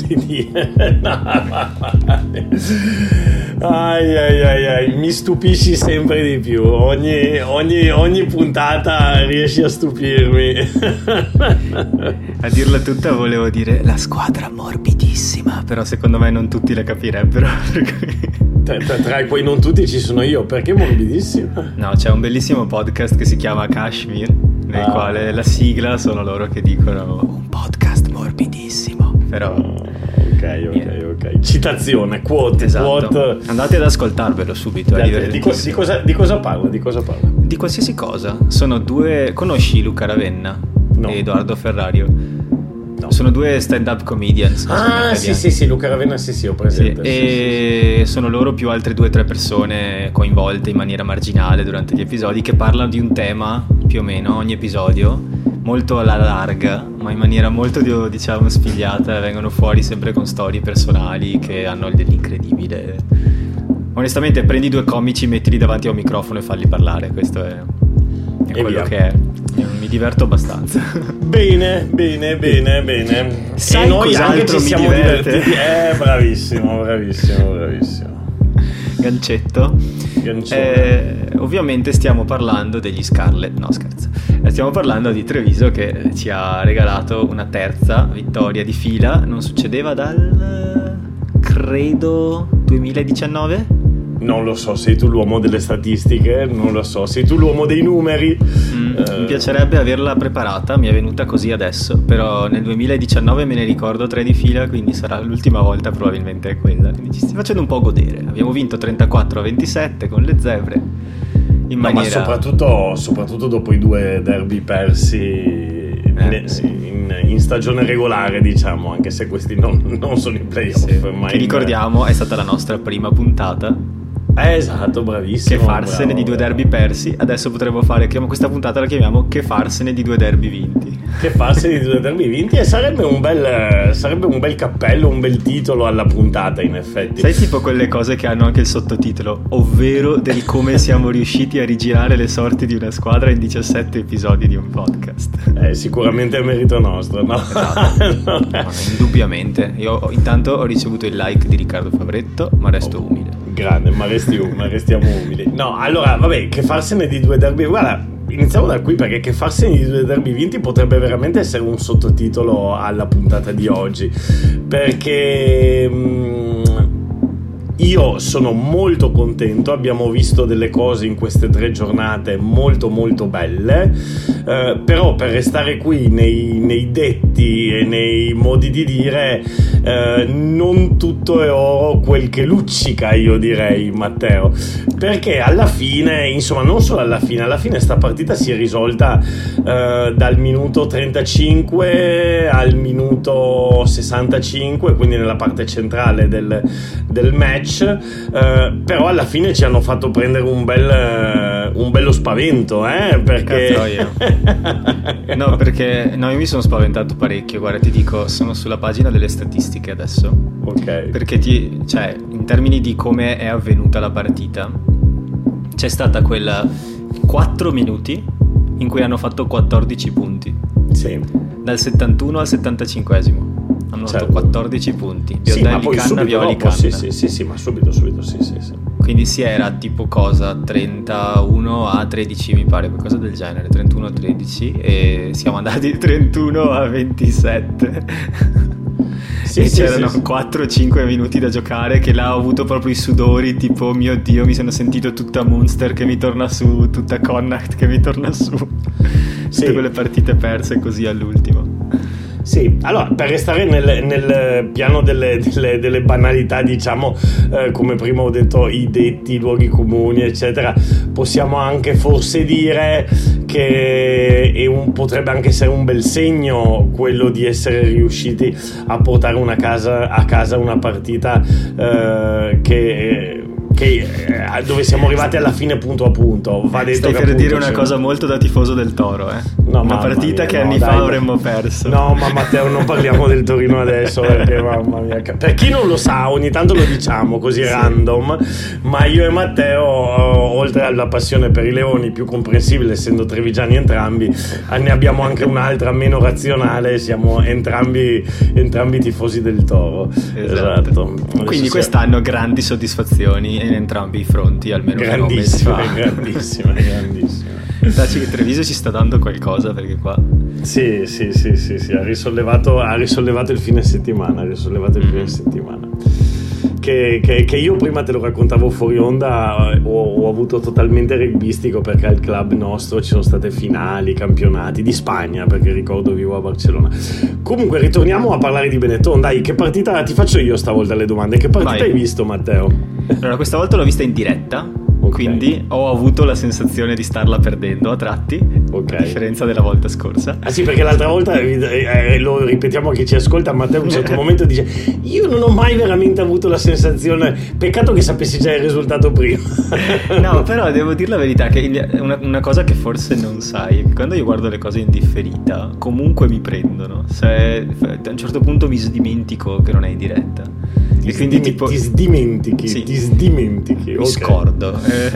di dire. Ai, mi stupisci sempre di più. Ogni puntata riesci a stupirmi. A dirla tutta volevo dire la squadra morbidissima, però secondo me non tutti la capirebbero. Tra i quei non tutti ci sono io. Perché morbidissima? No, c'è un bellissimo podcast che si chiama Kashmir, nel quale la sigla sono loro che dicono un podcast morbidissimo. Però ok. Citazione, quote, esatto. Quote. Andate ad ascoltarvelo subito. Di cosa parla? Di qualsiasi cosa. Sono due. Conosci Luca Ravenna? No. E Edoardo Ferrario? No. Sono due stand-up comedians. Sì, Luca Ravenna, sì, ho presente. Sì, e sono loro più altre 2 o 3 persone coinvolte in maniera marginale durante gli episodi, che parlano di un tema più o meno ogni episodio, molto alla larga, ma in maniera molto, diciamo, spigliata. Vengono fuori sempre con storie personali che hanno dell'incredibile. Onestamente, prendi 2 comici, mettili davanti a un microfono e falli parlare. Questo è quello via. che è. Mi diverto abbastanza. Bene. Sai e noi anche cos'altro ci mi siamo diverte? divertiti. Bravissimo. Gancetto. Ovviamente stiamo parlando degli Scarlet. No, scherzo. Stiamo parlando di Treviso, che ci ha regalato una terza vittoria di fila. Non succedeva dal credo 2019? Non lo so, sei tu l'uomo delle statistiche, non lo so, sei tu l'uomo dei numeri. Mi piacerebbe averla preparata, mi è venuta così adesso, però nel 2019 me ne ricordo 3 di fila, quindi sarà l'ultima volta, probabilmente è quella. Quindi ci stiamo facendo un po' godere. Abbiamo vinto 34-27 con le Zebre. Ma soprattutto dopo i 2 derby persi in stagione regolare, diciamo, anche se questi non sono i playoff. Sì. Che ricordiamo è stata la nostra prima puntata. Esatto, bravissimo. Che farsene di 2 derby persi. Adesso potremmo fare, questa puntata la chiamiamo Che farsene di 2 derby vinti. Che farsene di 2 derby vinti. E sarebbe un bel cappello, un bel titolo alla puntata, in effetti. Sai, tipo quelle cose che hanno anche il sottotitolo, ovvero del come siamo riusciti a rigirare le sorti di una squadra in 17 episodi di un podcast. Sicuramente è merito nostro, no? Esatto. No, indubbiamente. Io intanto ho ricevuto il like di Riccardo Favretto, ma resto umile. Grande, ma restiamo umili. No, allora, vabbè, che farsene di 2 derby. Guarda, iniziamo da qui, perché che farsene di 2 derby vinti potrebbe veramente essere un sottotitolo alla puntata di oggi. Perché io sono molto contento, abbiamo visto delle cose in queste 3 giornate molto molto belle, però per restare qui nei detti e nei modi di dire, non tutto è oro quel che luccica, io direi, Matteo, perché alla fine, insomma, non solo alla fine sta partita si è risolta dal minuto 35 al minuto 65, quindi nella parte centrale del match. Però alla fine ci hanno fatto prendere un bello spavento, perché no, io mi sono spaventato parecchio. Guarda, ti dico, sono sulla pagina delle statistiche adesso, ok, perché in termini di come è avvenuta la partita, c'è stata quella 4 minuti in cui hanno fatto 14 punti, sì, dal 71 al 75esimo. Hanno fatto 14 punti. Biondelli, Canna, Violi, Canna. Sì, ma subito, sì. Quindi si era tipo cosa? 31 a 13 mi pare, qualcosa del genere, 31 a 13, e siamo andati 31 a 27. C'erano 4-5 minuti da giocare, che là ho avuto proprio i sudori, tipo mio Dio, mi sono sentito tutta Munster che mi torna su, tutta Connacht che mi torna su. Tutte quelle partite perse così all'ultimo. Sì, allora, per restare nel piano delle banalità, diciamo, come prima ho detto, i detti, i luoghi comuni, eccetera, possiamo anche forse dire che potrebbe anche essere un bel segno quello di essere riusciti a portare a casa una partita che dove siamo arrivati alla fine punto a punto. Va detto. Stai per dire una cosa molto da tifoso del Toro, No, una partita che anni fa avremmo perso. No, ma Matteo, non parliamo del Torino adesso, perché mamma mia. Per chi non lo sa, ogni tanto lo diciamo così random, ma io e Matteo, oltre alla passione per i Leoni, più comprensibile essendo trevigiani entrambi, ne abbiamo anche un'altra meno razionale, siamo entrambi tifosi del Toro. Esatto. Quindi quest'anno grandi soddisfazioni in entrambi i fronti, almeno grandissime. Dacci che Treviso ci sta dando qualcosa, perché qua sì, ha risollevato il fine settimana, che io prima te lo raccontavo fuori onda, ho avuto totalmente rugbyistico, perché al club nostro ci sono state finali, campionati di Spagna, perché ricordo vivo a Barcellona. Comunque ritorniamo a parlare di Benetton. Dai, che partita, ti faccio io stavolta le domande, che partita hai visto, Matteo? Allora, questa volta l'ho vista in diretta. Quindi ho avuto la sensazione di starla perdendo a tratti, a differenza della volta scorsa. Ah sì, perché l'altra volta, lo ripetiamo a chi ci ascolta, Matteo a un certo momento dice: io non ho mai veramente avuto la sensazione, peccato che sapessi già il risultato prima. No, però devo dire la verità, che una cosa che forse non sai, quando io guardo le cose in differita comunque mi prendono, a un certo punto mi dimentico che non è in diretta. E quindi ti sdimentichi, sì, mi scordo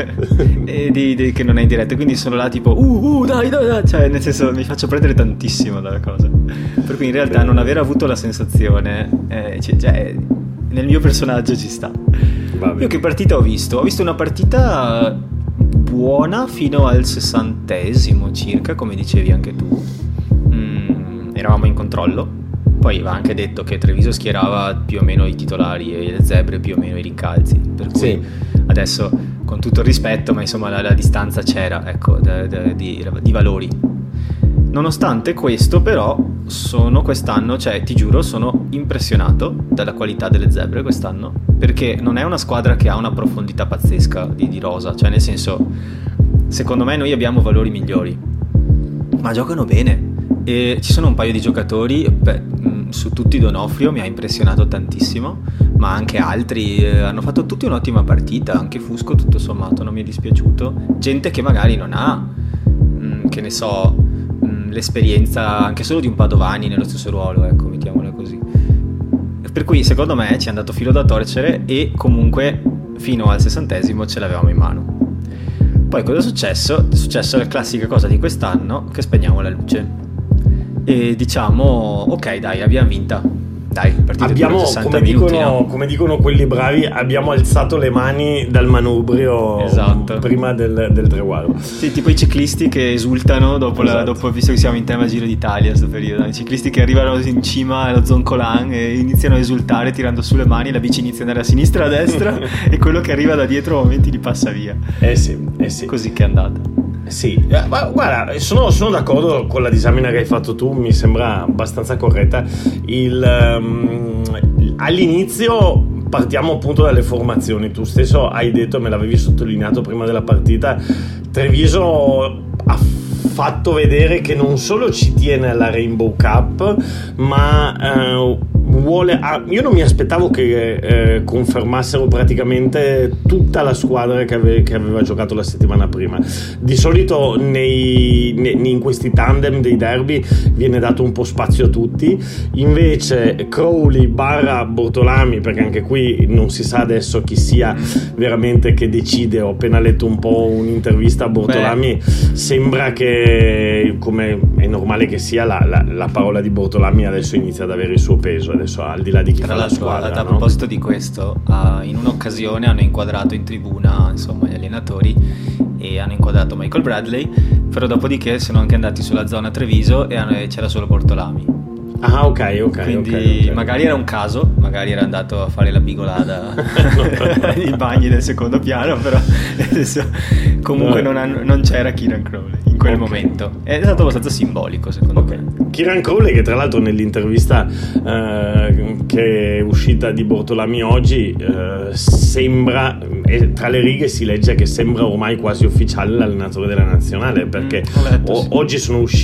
che non è in diretta, quindi sono là tipo dai, cioè nel senso mi faccio prendere tantissimo dalla cosa, per cui in realtà non aver avuto la sensazione cioè, nel mio personaggio ci sta. Io che partita ho visto? Ho visto una partita buona fino al 60° circa, come dicevi anche tu. Eravamo in controllo. Poi va anche detto che Treviso schierava più o meno i titolari e le zebre più o meno i rincalzi, per cui adesso, con tutto il rispetto, ma insomma la distanza c'era, ecco, di valori. Nonostante questo, però, quest'anno, cioè ti giuro, sono impressionato dalla qualità delle zebre quest'anno, perché non è una squadra che ha una profondità pazzesca di rosa, cioè nel senso, secondo me noi abbiamo valori migliori, ma giocano bene. E ci sono un paio di giocatori, su tutti Donofrio mi ha impressionato tantissimo, ma anche altri hanno fatto tutti un'ottima partita, anche Fusco tutto sommato non mi è dispiaciuto, gente che magari non ha che ne so l'esperienza anche solo di un Padovani nello stesso ruolo, ecco, mettiamola così, per cui secondo me ci è andato filo da torcere e comunque fino al 60° ce l'avevamo in mano. Poi cosa è successo? È successo la classica cosa di quest'anno, che spegniamo la luce e diciamo ok, dai, abbiamo vinta, dai, abbiamo, come dicono quelli bravi, abbiamo alzato le mani dal manubrio, esatto, prima del traguardo. Sì, tipo i ciclisti che esultano dopo, dopo, visto che siamo in tema Giro d'Italia in questo periodo, i ciclisti che arrivano in cima allo Zoncolan e iniziano a esultare tirando su le mani, la bici inizia ad andare a sinistra, a destra e quello che arriva da dietro a momenti li passa via. Sì. Così che è andata. Sì, ma guarda, sono d'accordo con la disamina che hai fatto tu, mi sembra abbastanza corretta. All'inizio partiamo appunto dalle formazioni. Tu stesso hai detto, me l'avevi sottolineato prima della partita, Treviso ha fatto vedere che non solo ci tiene alla Rainbow Cup, ma io non mi aspettavo che confermassero praticamente tutta la squadra che aveva giocato la settimana prima. Di solito in questi tandem dei derby viene dato un po' spazio a tutti, invece Crowley / Bortolami, perché anche qui non si sa adesso chi sia veramente che decide, ho appena letto un po' un'intervista a Bortolami, sembra che, come è normale che sia, la parola di Bortolami adesso inizia ad avere il suo peso, adesso al di là di chi fa la squadra. A proposito di questo, in un'occasione hanno inquadrato in tribuna insomma gli allenatori e hanno inquadrato Michael Bradley, però dopodiché sono anche andati sulla zona Treviso e c'era solo Bortolami. Ah, ok. Quindi magari era un caso, magari era andato a fare la bigolada nei bagni del secondo piano, però adesso, comunque non c'era Kieran Crowley in quel momento. È stato abbastanza simbolico, secondo me. Kieran Crowley, che tra l'altro nell'intervista che è uscita di Bortolami oggi sembra, tra le righe si legge che sembra ormai quasi ufficiale l'allenatore della nazionale, perché oggi sono usciti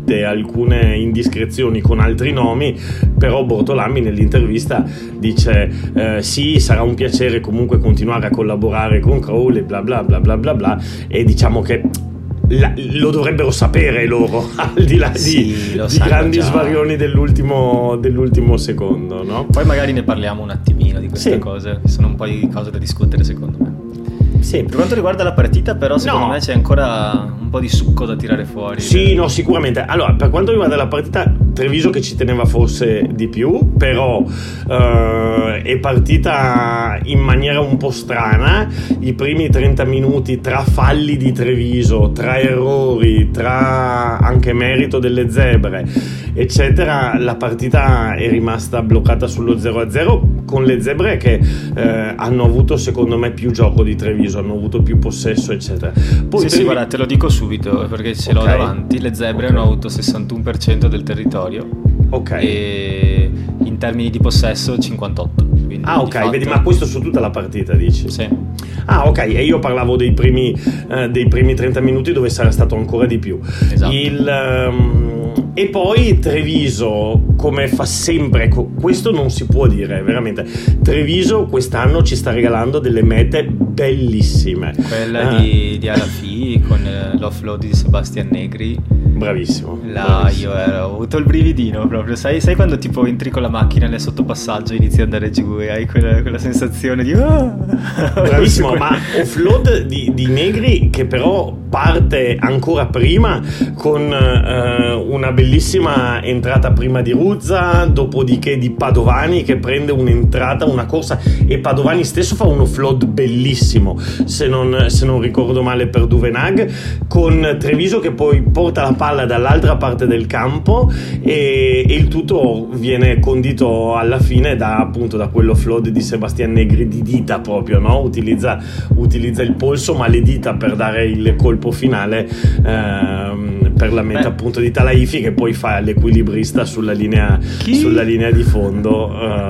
ammette alcune indiscrezioni con altri nomi, però Bortolami nell'intervista dice sì, sarà un piacere comunque continuare a collaborare con Crowley, bla bla bla bla bla bla, e diciamo che lo dovrebbero sapere loro, al di là di grandi svarioni dell'ultimo secondo, no? Poi magari ne parliamo un attimino di queste cose, che sono un po' di cose da discutere secondo me. Sì. Per quanto riguarda la partita, però, secondo me c'è ancora un po' di succo da tirare fuori. Sì, no, sicuramente. Allora, per quanto riguarda la partita, Treviso che ci teneva forse di più, però è partita in maniera un po' strana. I primi 30 minuti, tra falli di Treviso, tra errori, tra anche merito delle zebre, eccetera, la partita è rimasta bloccata sullo 0-0, con le zebre che hanno avuto, secondo me, più gioco di Treviso, hanno avuto più possesso, eccetera. Poi sì, guarda, te lo dico subito perché ce l'ho davanti. Le zebre hanno avuto 61% del territorio, e in termini di possesso 58. Ok, vedi, ma questo su tutta la partita, dici? Sì. Ok, e io parlavo dei primi 30 minuti dove sarà stato ancora di più. Esatto. E poi Treviso, come fa sempre, questo non si può dire, veramente. Treviso quest'anno ci sta regalando delle mete bellissime. Quella di Alafi con l'offload di Sebastian Negri. Bravissimo. Io ho avuto il brividino proprio. Sai quando tipo entri con la macchina nel sottopassaggio e inizi ad andare giù e hai quella sensazione di bravissimo. Ma offload di Negri che però parte ancora prima con una bellissima entrata prima di Ruzza, dopodiché di Padovani che prende un'entrata, una corsa, e Padovani stesso fa un offload bellissimo, se non ricordo male, per Duvenag, con Treviso che poi porta la palla dall'altra parte del campo, e il tutto viene condito alla fine da quell'offload di Sebastian Negri di dita proprio, no? Utilizza il polso ma le dita per dare il colpo finale per la meta appunto di Talaifi, che poi fa l'equilibrista sulla linea di fondo.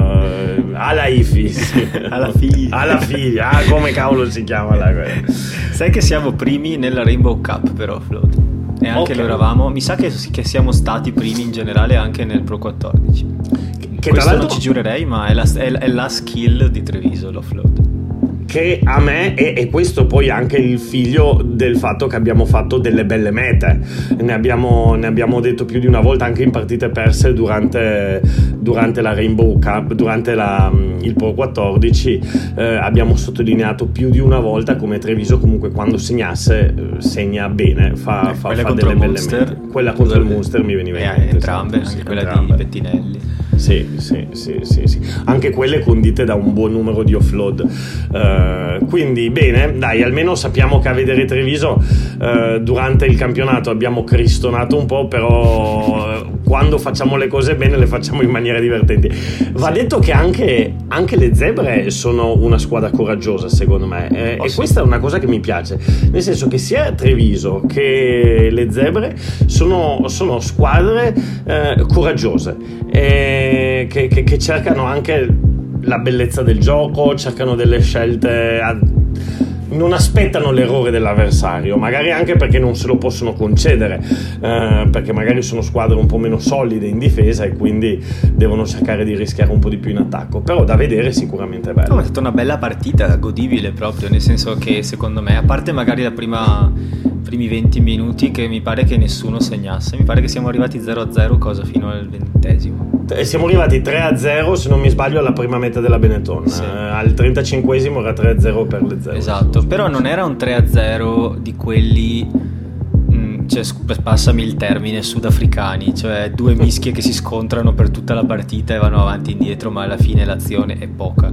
Alaifi, sì. alla figlia, come cavolo si chiama Sai che siamo primi nella Rainbow Cup per offload, e anche lo eravamo, mi sa che siamo stati primi in generale anche nel Pro 14, che questo non ci giurerei, ma è la skill di Treviso, l'offload, che a me è questo poi anche il figlio del fatto che abbiamo fatto delle belle mete. Ne abbiamo detto più di una volta anche in partite perse durante la Rainbow Cup, durante il Pro 14. Abbiamo sottolineato più di una volta come Treviso comunque quando segna bene, fa delle belle mete. Quella contro il Munster mi veniva in mente, entrambe, anche quella di Bettinelli. Sì. Anche quelle condite da un buon numero di offload. Quindi bene, dai, almeno sappiamo che a vedere Treviso durante il campionato abbiamo cristonato un po', però quando facciamo le cose bene le facciamo in maniera divertenti. Va detto che anche le zebre sono una squadra coraggiosa, secondo me, e questa è una cosa che mi piace, nel senso che sia Treviso che le zebre sono squadre coraggiose, che cercano anche la bellezza del gioco, cercano delle scelte, non aspettano l'errore dell'avversario, magari anche perché non se lo possono concedere, perché magari sono squadre un po' meno solide in difesa e quindi devono cercare di rischiare un po' di più in attacco, però da vedere sicuramente è bello. No, è stata una bella partita, godibile proprio, nel senso che secondo me, a parte magari primi 20 minuti che mi pare che nessuno segnasse, mi pare che siamo arrivati 0-0 fino al 20esimo. Siamo arrivati 3-0 se non mi sbaglio alla prima meta della Benetton, sì. Al 35esimo era 3-0 per le zero. Esatto, però non era un 3-0 di quelli, cioè, passami il termine, sudafricani, cioè due mischie che si scontrano per tutta la partita e vanno avanti e indietro, ma alla fine l'azione è poca.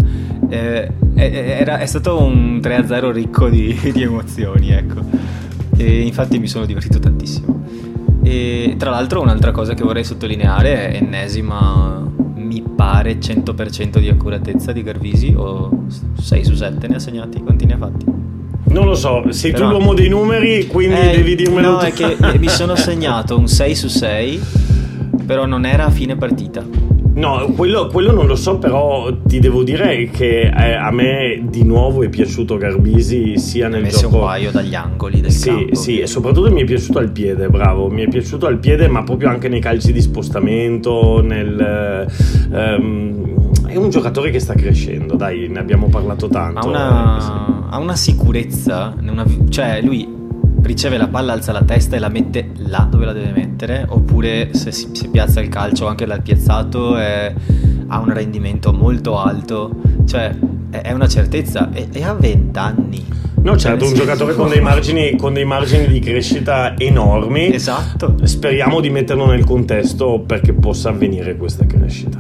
È stato un 3-0 ricco di emozioni, ecco, e infatti mi sono divertito tantissimo. E tra l'altro un'altra cosa che vorrei sottolineare è ennesima, mi pare 100% di accuratezza di Garvisi, o 6 su 7 ne ha segnati, quanti ne ha fatti? Non lo so, sei però tu l'uomo dei numeri, quindi devi dirmelo. No, è che mi sono segnato un 6 su 6, però non era a fine partita. No, quello non lo so, però ti devo dire che a me di nuovo è piaciuto Garbisi sia nel gioco, un paio dagli angoli del campo. Sì, e soprattutto mi è piaciuto al piede, bravo, mi è piaciuto al piede, ma proprio anche nei calci di spostamento, è un giocatore che sta crescendo, dai, ne abbiamo parlato tanto. Ha una sicurezza, cioè lui riceve la palla, alza la testa e la mette là dove la deve mettere, oppure se si piazza il calcio anche dal piazzato ha un rendimento molto alto, cioè è una certezza e ha 20 anni. No, certo, un giocatore con dei margini di crescita enormi. Esatto. Speriamo di metterlo nel contesto perché possa avvenire questa crescita.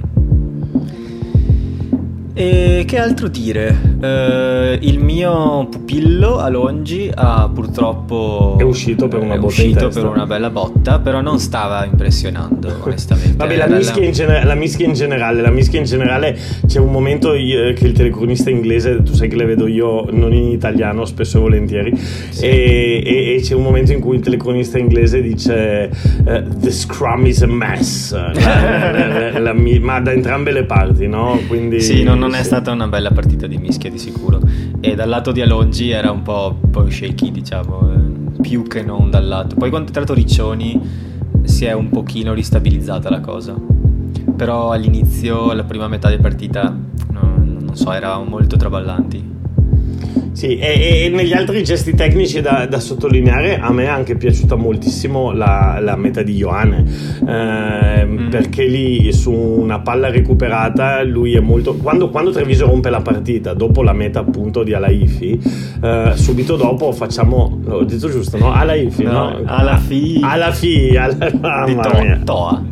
E che altro dire? Il mio pupillo Alongi purtroppo è uscito per una botta in testa. Per una bella botta, però non stava impressionando onestamente. Vabbè, la mischia in generale c'è un momento che il telecronista inglese, tu sai che le vedo io non in italiano spesso e volentieri, sì. e c'è un momento in cui il telecronista inglese dice the scrum is a mess, ma da entrambe le parti, no? Quindi sì, non è stata una bella partita di mischia di sicuro, e dal lato di Alongi era un po' shaky, diciamo, più che non dal lato. Poi quando è entrato Riccioni si è un pochino ristabilizzata la cosa, però all'inizio, la prima metà di partita non so, eravamo molto traballanti. Sì, e negli altri gesti tecnici da sottolineare, a me è anche piaciuta moltissimo la meta di Ioane, perché lì su una palla recuperata lui è molto, quando Treviso rompe la partita dopo la meta appunto di Alaifi, subito dopo facciamo, l'ho detto giusto, no? Alaifi, no? Alafi di Toa.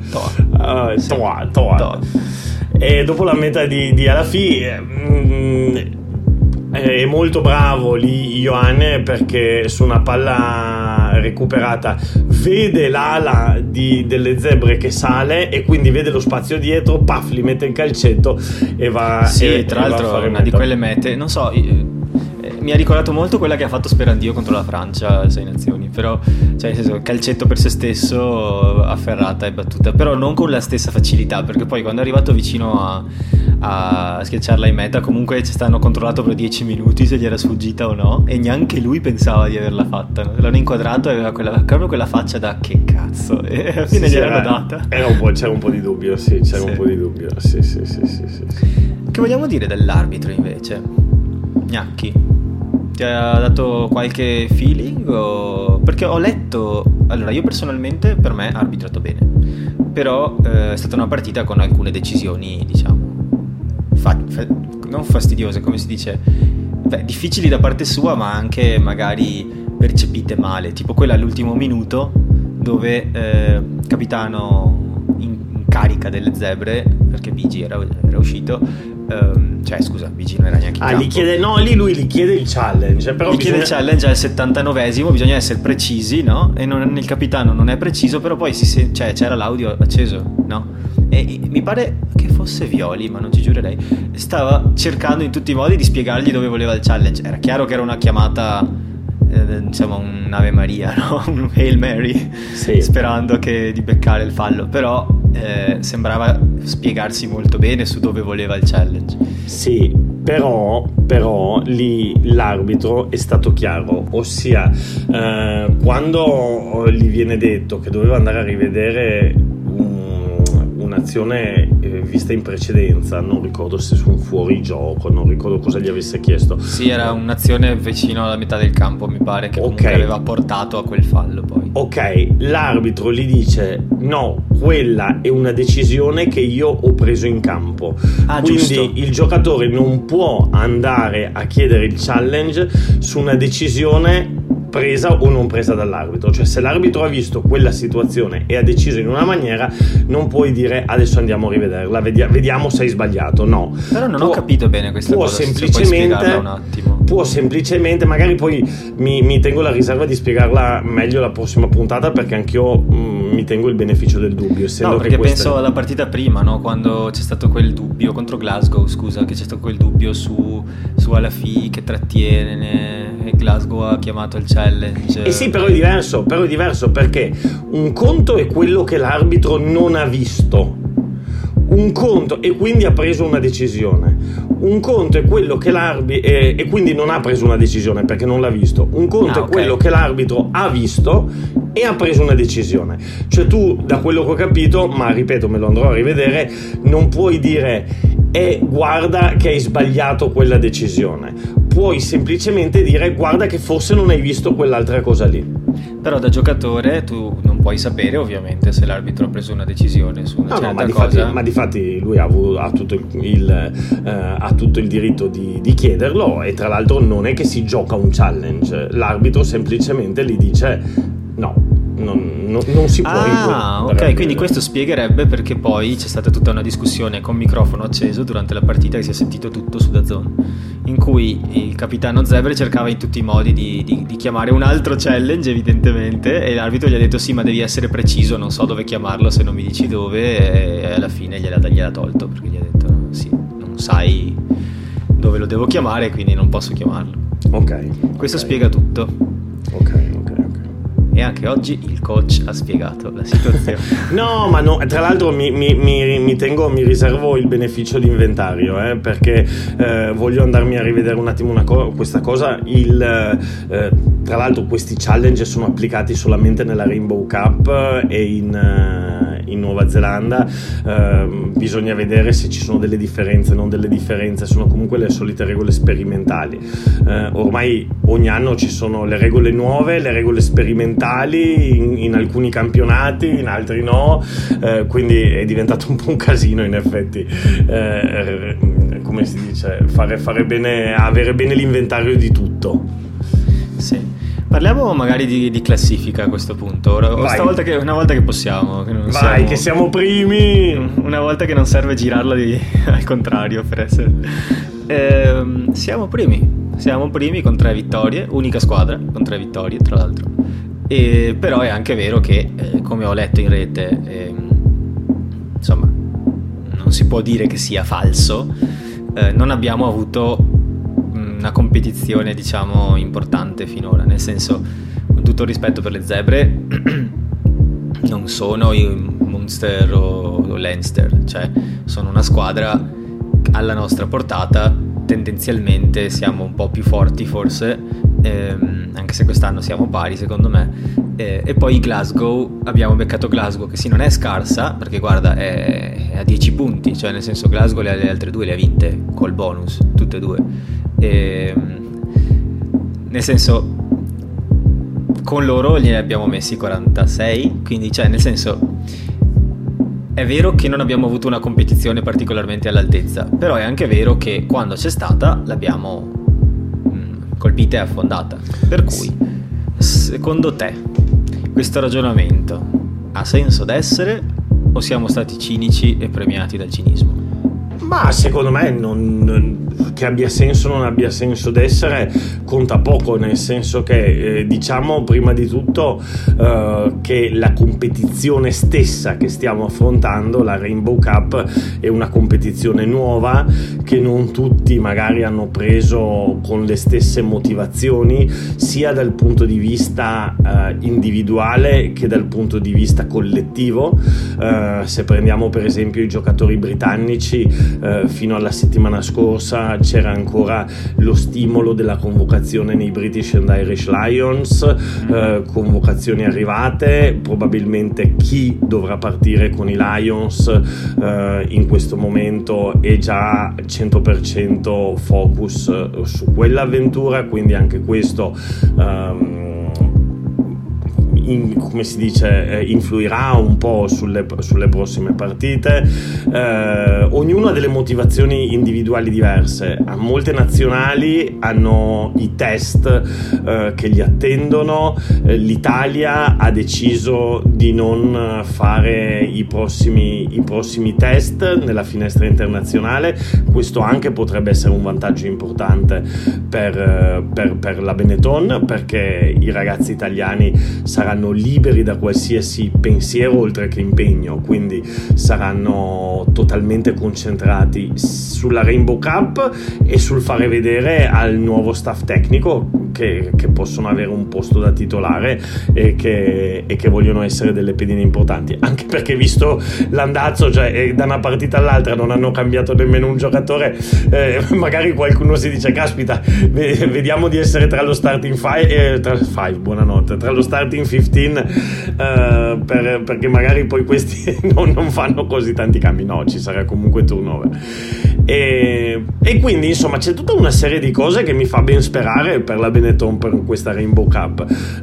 E dopo la meta di Alafi è molto bravo lì Ioane, perché su una palla recuperata vede l'ala delle zebre che sale e quindi vede lo spazio dietro, paf, li mette il calcetto e va. Sì, tra l'altro è una di quelle mete, non so, mi ha ricordato molto quella che ha fatto Sperandio contro la Francia a 6 Nazioni, però cioè nel senso, calcetto per se stesso, afferrata e battuta, però non con la stessa facilità, perché poi quando è arrivato vicino a schiacciarla in meta comunque ci stanno controllato per 10 minuti se gli era sfuggita o no, e neanche lui pensava di averla fatta, no? L'hanno inquadrato e aveva proprio quella faccia da che cazzo, e alla fine gliel'hanno data. C'era un po' di dubbio, sì, un po' di dubbio, sì. Che vogliamo dire dell'arbitro invece? Gnacchi, ti ha dato qualche feeling? Perché ho letto, allora io personalmente, per me ha arbitrato bene, però è stata una partita con alcune decisioni, diciamo, non fastidiose, come si dice, difficili da parte sua, ma anche magari percepite male, tipo quella all'ultimo minuto dove Capitano in carica delle zebre, perché Bigi era uscito, Bigi non era neanche in campo. Lui gli chiede il challenge, però chiede il challenge al 79esimo, bisogna essere precisi, no? E il capitano non è preciso, però poi c'era l'audio acceso, no? E mi pare che fosse Violi, ma non ci giurerei, stava cercando in tutti i modi di spiegargli dove voleva il challenge. Era chiaro che era una chiamata, insomma, un Ave Maria, no? Un Hail Mary, sì, sperando di beccare il fallo, però sembrava spiegarsi molto bene su dove voleva il challenge. Sì, però lì l'arbitro è stato chiaro, ossia quando gli viene detto che doveva andare a rivedere un'azione vista in precedenza, non ricordo se su un fuorigioco, non ricordo cosa gli avesse chiesto. Sì, era un'azione vicino alla metà del campo, mi pare, che comunque aveva portato a quel fallo poi. Ok, l'arbitro gli dice no, quella è una decisione che io ho preso in campo, quindi giusto, il giocatore non può andare a chiedere il challenge su una decisione presa o non presa dall'arbitro. Cioè, se l'arbitro ha visto quella situazione e ha deciso in una maniera, non puoi dire adesso andiamo a rivederla, vediamo se hai sbagliato. No, però non ho capito bene questa cosa, semplicemente un attimo. Può semplicemente, magari poi mi tengo la riserva di spiegarla meglio la prossima puntata, perché anch'io mi tengo il beneficio del dubbio, no, perché penso alla partita prima, no? Quando c'è stato quel dubbio contro Glasgow, scusa, che c'è stato quel dubbio su Alafi che trattiene e Glasgow ha chiamato il challenge. Sì, però è diverso perché un conto è quello che l'arbitro non ha visto, Un conto, e quindi ha preso una decisione. Un conto è quello che l'arbitro, e quindi non ha preso una decisione perché non l'ha visto. Un conto è quello che l'arbitro ha visto e ha preso una decisione. Cioè tu, da quello che ho capito, ma ripeto, me lo andrò a rivedere, non puoi dire guarda che hai sbagliato quella decisione. Puoi semplicemente dire guarda che forse non hai visto quell'altra cosa lì. Però da giocatore tu non puoi sapere ovviamente se l'arbitro ha preso una decisione su una certa cosa. Ma difatti lui ha tutto il diritto di chiederlo, e tra l'altro non è che si gioca un challenge, l'arbitro semplicemente gli dice no. Non si può. Ok, quindi questo spiegherebbe perché poi c'è stata tutta una discussione con microfono acceso durante la partita, che si è sentito tutto su DAZN, in cui il capitano Zebre cercava in tutti i modi di chiamare un altro challenge, evidentemente, e l'arbitro gli ha detto sì, ma devi essere preciso, non so dove chiamarlo se non mi dici dove, e alla fine gliel'ha tolto, perché gli ha detto sì, non sai dove lo devo chiamare, quindi non posso chiamarlo. Questo spiega tutto. Ok. E anche oggi il coach ha spiegato la situazione. No, tra l'altro mi riservo il beneficio di inventario, perché voglio andarmi a rivedere un attimo questa cosa. Tra l'altro questi challenge sono applicati solamente nella Rainbow Cup e in Nuova Zelanda. Bisogna vedere se ci sono delle differenze, non delle differenze, sono comunque le solite regole sperimentali. Ormai ogni anno ci sono le regole nuove, le regole sperimentali in alcuni campionati, in altri no, quindi è diventato un po' un casino in effetti, come si dice, fare bene, avere bene l'inventario di tutto. Sì. Parliamo magari di classifica a questo punto. Una volta che possiamo. Che siamo primi. Una volta che non serve girarla al contrario per essere. Siamo primi con 3 vittorie, unica squadra con 3 vittorie tra l'altro. Però è anche vero che, come ho letto in rete, insomma, non si può dire che sia falso. Non abbiamo avuto una competizione, diciamo, importante finora, nel senso, con tutto il rispetto per le zebre, non sono i Munster o Leinster, cioè sono una squadra alla nostra portata, tendenzialmente siamo un po' più forti forse, anche se quest'anno siamo pari secondo me, e poi Glasgow, abbiamo beccato Glasgow che sì, non è scarsa, perché guarda è a 10 punti, cioè nel senso Glasgow le altre due le ha vinte col bonus, tutte e due, nel senso con loro gliene abbiamo messi 46, quindi cioè nel senso è vero che non abbiamo avuto una competizione particolarmente all'altezza, però è anche vero che quando c'è stata l'abbiamo colpita e affondata. Per cui, secondo te, questo ragionamento ha senso d'essere o siamo stati cinici e premiati dal cinismo? Ma secondo me che abbia senso o non abbia senso d'essere conta poco, nel senso che diciamo prima di tutto che la competizione stessa che stiamo affrontando, la Rainbow Cup, è una competizione nuova che non tutti magari hanno preso con le stesse motivazioni, sia dal punto di vista individuale che dal punto di vista collettivo. Se prendiamo per esempio i giocatori britannici, fino alla settimana scorsa c'era ancora lo stimolo della convocazione nei British and Irish Lions, convocazioni arrivate, probabilmente chi dovrà partire con i Lions in questo momento è già 100% focus su quell'avventura, quindi anche questo come si dice, influirà un po' sulle prossime partite. Ognuno ha delle motivazioni individuali diverse. A molte nazionali hanno i test che li attendono. L'Italia ha deciso di non fare i prossimi test nella finestra internazionale. Questo anche potrebbe essere un vantaggio importante per la Benetton, perché i ragazzi italiani saranno liberi da qualsiasi pensiero oltre che impegno, quindi saranno totalmente concentrati sulla Rainbow Cup e sul fare vedere al nuovo staff tecnico che possono avere un posto da titolare e che vogliono essere delle pedine importanti, anche perché visto l'andazzo, cioè da una partita all'altra non hanno cambiato nemmeno un giocatore, magari qualcuno si dice caspita, vediamo di essere tra lo starting 5 tra lo starting 15 perché magari poi questi non fanno così tanti cambi. No, ci sarà comunque turnover e quindi insomma c'è tutta una serie di cose che mi fa ben sperare per la Benetton per questa Rainbow Cup,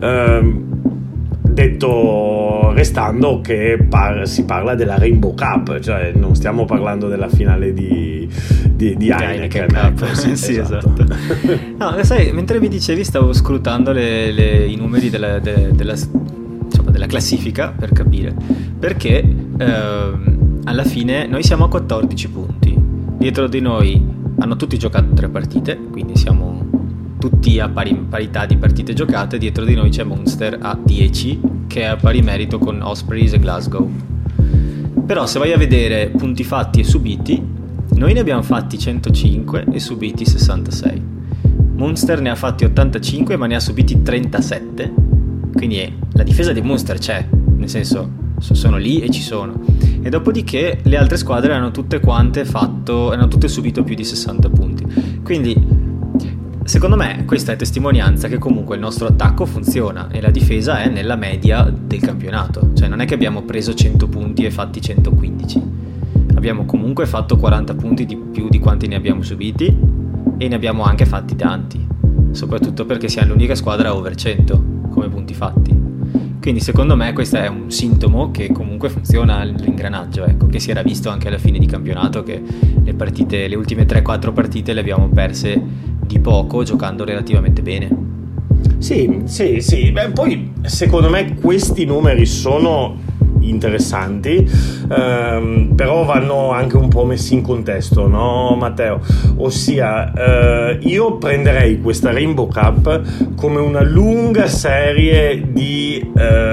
detto restando che si parla della Rainbow Cup, cioè non stiamo parlando della finale di Heineken Cup. Sì, esatto. No, sai, mentre mi dicevi stavo scrutando i numeri della classifica per capire perché alla fine noi siamo a 14 punti, dietro di noi hanno tutti giocato 3 partite, quindi siamo tutti a parità di partite giocate. Dietro di noi c'è Munster a 10 che è a pari merito con Ospreys e Glasgow. Però se vai a vedere punti fatti e subiti, noi ne abbiamo fatti 105 e subiti 66. Munster ne ha fatti 85 ma ne ha subiti 37, quindi la difesa di Munster c'è, nel senso sono lì e ci sono, e dopodiché le altre squadre hanno tutte subito più di 60 punti. Quindi secondo me questa è testimonianza che comunque il nostro attacco funziona e la difesa è nella media del campionato, cioè non è che abbiamo preso 100 punti e fatti 115, abbiamo comunque fatto 40 punti di più di quanti ne abbiamo subiti e ne abbiamo anche fatti tanti, soprattutto perché siamo l'unica squadra over 100 come punti fatti. Quindi secondo me questo è un sintomo che comunque funziona l'ingranaggio, ecco, che si era visto anche alla fine di campionato, che le ultime 3-4 partite le abbiamo perse di poco giocando relativamente bene. Sì. Beh, poi secondo me questi numeri sono interessanti, però vanno anche un po' messi in contesto, no Matteo? Ossia, io prenderei questa Rainbow Cup come una lunga serie di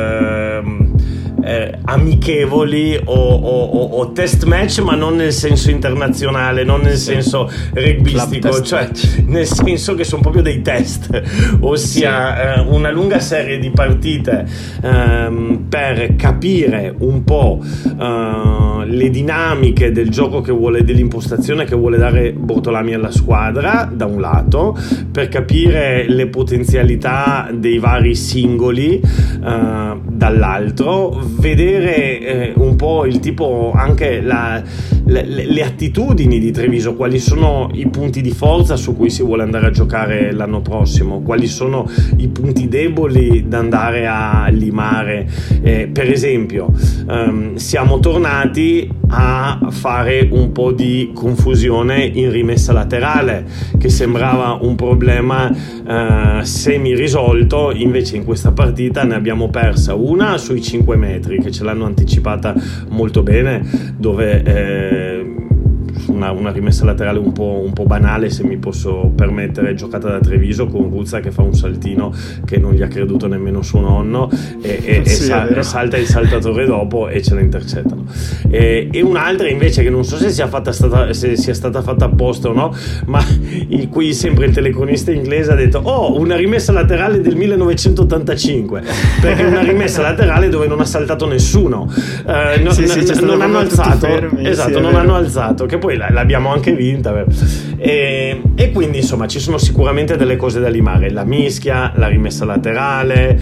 amichevoli o test match, ma non nel senso internazionale, non nel senso rugbyistico, cioè nel senso che sono proprio dei test, ossia una lunga serie di partite per capire un po' le dinamiche del gioco dell'impostazione che vuole dare Bortolami alla squadra da un lato, per capire le potenzialità dei vari singoli dall'altro, vedere un po' il tipo, anche le attitudini di Treviso, quali sono i punti di forza su cui si vuole andare a giocare l'anno prossimo, quali sono i punti deboli da andare a limare. Per esempio siamo tornati a fare un po' di confusione in rimessa laterale, che sembrava un problema semi risolto, invece in questa partita ne abbiamo persa una sui 5 metri, che ce l'hanno anticipata molto bene, dove una rimessa laterale un po' banale, se mi posso permettere, giocata da Treviso, con Ruzza che fa un saltino che non gli ha creduto nemmeno suo nonno e salta il saltatore dopo e ce la intercettano. E un'altra invece che non so se sia stata fatta apposta o no, ma qui sempre il telecronista inglese ha detto una rimessa laterale del 1985, perché è una rimessa laterale dove non ha saltato nessuno, non hanno alzato, esatto, non hanno alzato, che poi l'abbiamo anche vinta, e quindi insomma ci sono sicuramente delle cose da limare, la mischia, la rimessa laterale,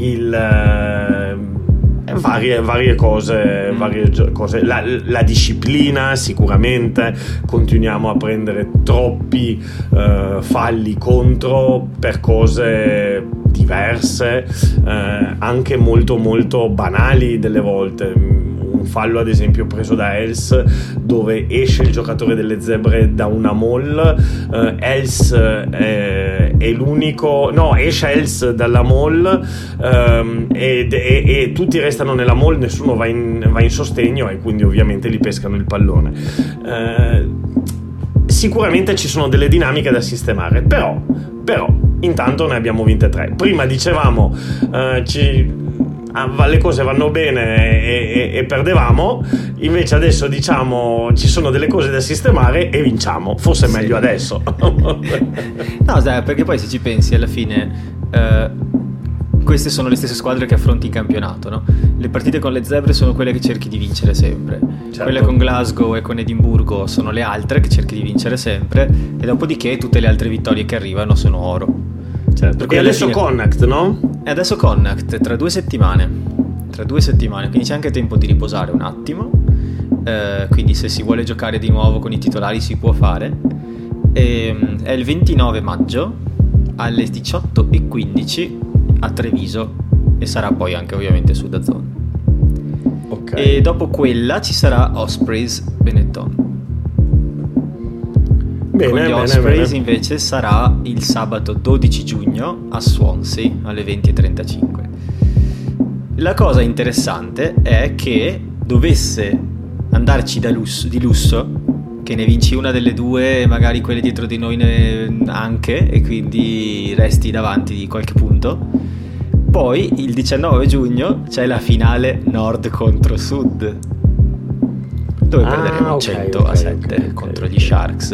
varie cose, la disciplina. Sicuramente continuiamo a prendere troppi falli contro per cose diverse, anche molto molto banali delle volte. Un fallo ad esempio preso da Els, dove esce il giocatore delle Zebre da una mall, Els è l'unico, no, esce Els dalla mall e tutti restano nella mall, nessuno va in sostegno e quindi ovviamente li pescano il pallone. Sicuramente ci sono delle dinamiche da sistemare, però intanto ne abbiamo vinte 3. Prima dicevamo le cose vanno bene e perdevamo, invece adesso diciamo ci sono delle cose da sistemare e vinciamo, forse è meglio adesso. No, dai, perché poi se ci pensi alla fine queste sono le stesse squadre che affronti in campionato, no? Le partite con le zebre sono quelle che cerchi di vincere sempre, certo. Quelle con Glasgow e con Edimburgo sono le altre che cerchi di vincere sempre, e dopodiché tutte le altre vittorie che arrivano sono oro. Certo. E adesso Connacht, no? E adesso Connacht, tra 2 settimane, quindi c'è anche tempo di riposare un attimo, quindi se si vuole giocare di nuovo con i titolari si può fare. È il 29 maggio alle 18:15 a Treviso, e sarà poi anche ovviamente su DAZN. Okay. E dopo quella ci sarà Ospreys Benetton. Con gli Ospreys invece sarà il sabato 12 giugno a Swansea alle 20:35. La cosa interessante è che dovesse andarci di lusso, che ne vinci una delle due, magari quelle dietro di noi anche, e quindi resti davanti di qualche punto, poi il 19 giugno c'è la finale Nord contro Sud, dove perderemo 100-7 contro gli Sharks.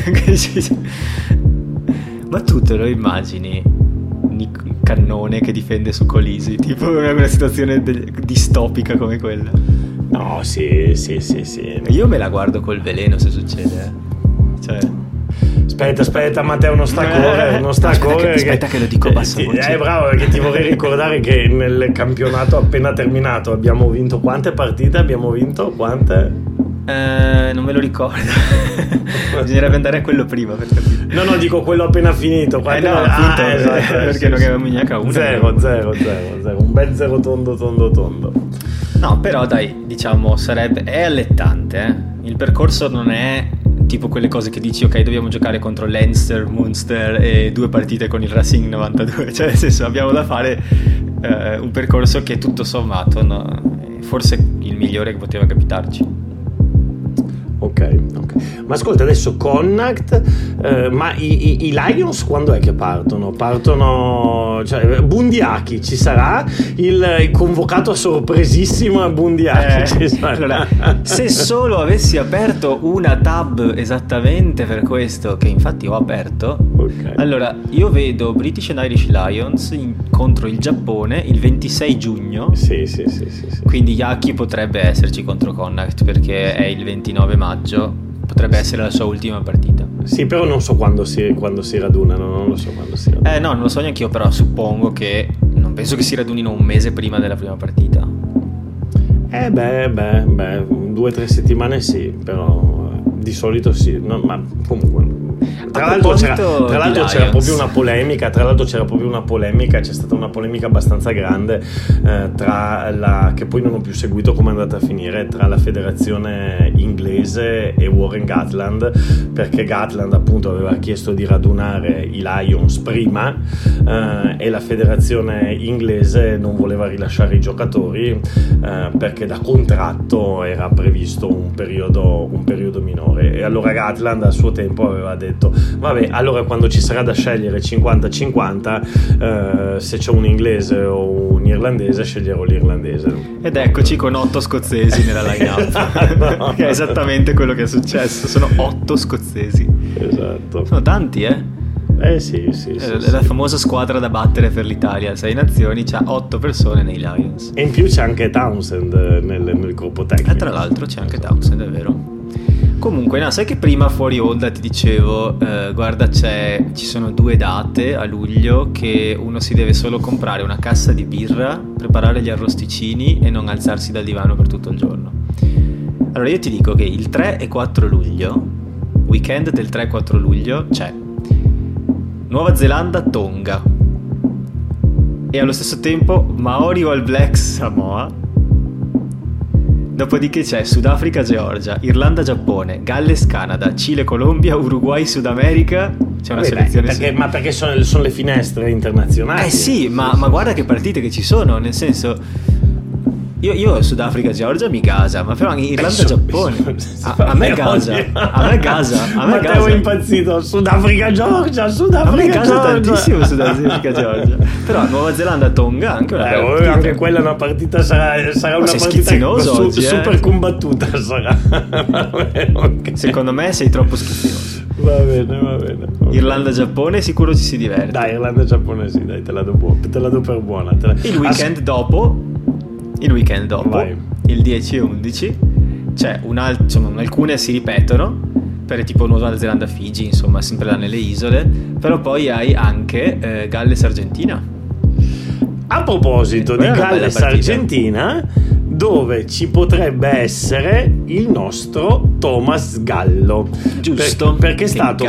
Ma tu te lo immagini un cannone che difende su Colisi, tipo una situazione distopica come quella? No, sì. Io me la guardo col veleno se succede, cioè. Aspetta, Matteo non sta a correre. Aspetta che lo dico bassa voce. Bravo, perché ti vorrei ricordare che nel campionato appena terminato abbiamo vinto quante partite? Non me lo ricordo. Bisognerebbe andare a quello prima per capire. No, dico quello appena finito. Appunto, esatto, perché non avevamo neanche uno. 0. Un bel 0 tondo. No, però dai, diciamo è allettante, Il percorso non è tipo quelle cose che dici ok, dobbiamo giocare contro Leinster, Munster e 2 partite con il Racing 92, cioè nel senso abbiamo da fare un percorso che tutto sommato forse il migliore che poteva capitarci. Ok. Ma ascolta, adesso Connacht, ma i Lions quando è che partono? Cioè, Bundiaki ci sarà? Il convocato sorpresissimo a Bundiaki ci sarà? Allora, se solo avessi aperto una tab esattamente per questo, che infatti ho aperto, okay. Allora, io vedo British and Irish Lions contro il Giappone il 26 giugno. Sì. Quindi Yaki potrebbe esserci contro Connacht perché è il 29 maggio. Potrebbe essere la sua ultima partita. Sì, però non so quando si radunano. Non lo so quando si radunano. No, non lo so neanche io, però suppongo che non penso che si radunino un mese prima della prima partita. 2 o 3 settimane sì, però di solito sì. Ma comunque. Tra l'altro c'era proprio una polemica. C'è stata una polemica abbastanza grande che poi non ho più seguito come è andata a finire, tra la federazione inglese e Warren Gatland, perché Gatland appunto aveva chiesto di radunare i Lions prima e la federazione inglese non voleva rilasciare i giocatori perché da contratto era previsto un periodo minore, e allora Gatland a suo tempo aveva detto vabbè, allora quando ci sarà da scegliere 50-50, se c'è un inglese o un irlandese sceglierò l'irlandese. Ed eccoci con 8 scozzesi nella line-up. Che è esattamente quello che è successo, sono 8 scozzesi. Esatto. Sono tanti, sì. La famosa squadra da battere per l'Italia, 6 nazioni, c'ha 8 persone nei Lions. E in più c'è anche Townsend nel gruppo tecnico. Tra l'altro c'è anche Townsend, è vero. Comunque, sai che prima fuori onda ti dicevo, guarda, ci sono 2 date a luglio che uno si deve solo comprare una cassa di birra, preparare gli arrosticini e non alzarsi dal divano per tutto il giorno. Allora io ti dico che il 3 e 4 luglio, weekend del 3 e 4 luglio, c'è Nuova Zelanda Tonga e allo stesso tempo Maori All Blacks Samoa. Dopodiché c'è Sudafrica Georgia, Irlanda Giappone, Galles Canada, Cile Colombia, Uruguay Sud America. C'è una selezione. Ma perché sono le finestre internazionali? Sì, ma guarda che partite che ci sono, nel senso Io Sudafrica, Georgia mi gasa, ma però Irlanda, Giappone. A me gasa. Matteo è impazzito. Sudafrica, Georgia. A me gasa tantissimo Sudafrica, Georgia. Però Nuova Zelanda, Tonga anche una bella partita. Anche quella è una partita, sarà una partita oggi, super combattuta sarà. Okay. Secondo me sei troppo schizzinoso. Va bene. Irlanda, Giappone, sicuro ci si diverte. Dai, Irlanda, Giappone, sì, dai, te la do per buona. Il weekend dopo, vai. Il 10 e 11, c'è alcune si ripetono, per tipo Nuova Zelanda, Figi, insomma, sempre là nelle isole, però poi hai anche Galles-Argentina. A proposito di Galles-Argentina, dove ci potrebbe essere il nostro Thomas Gallo, giusto, perché è stato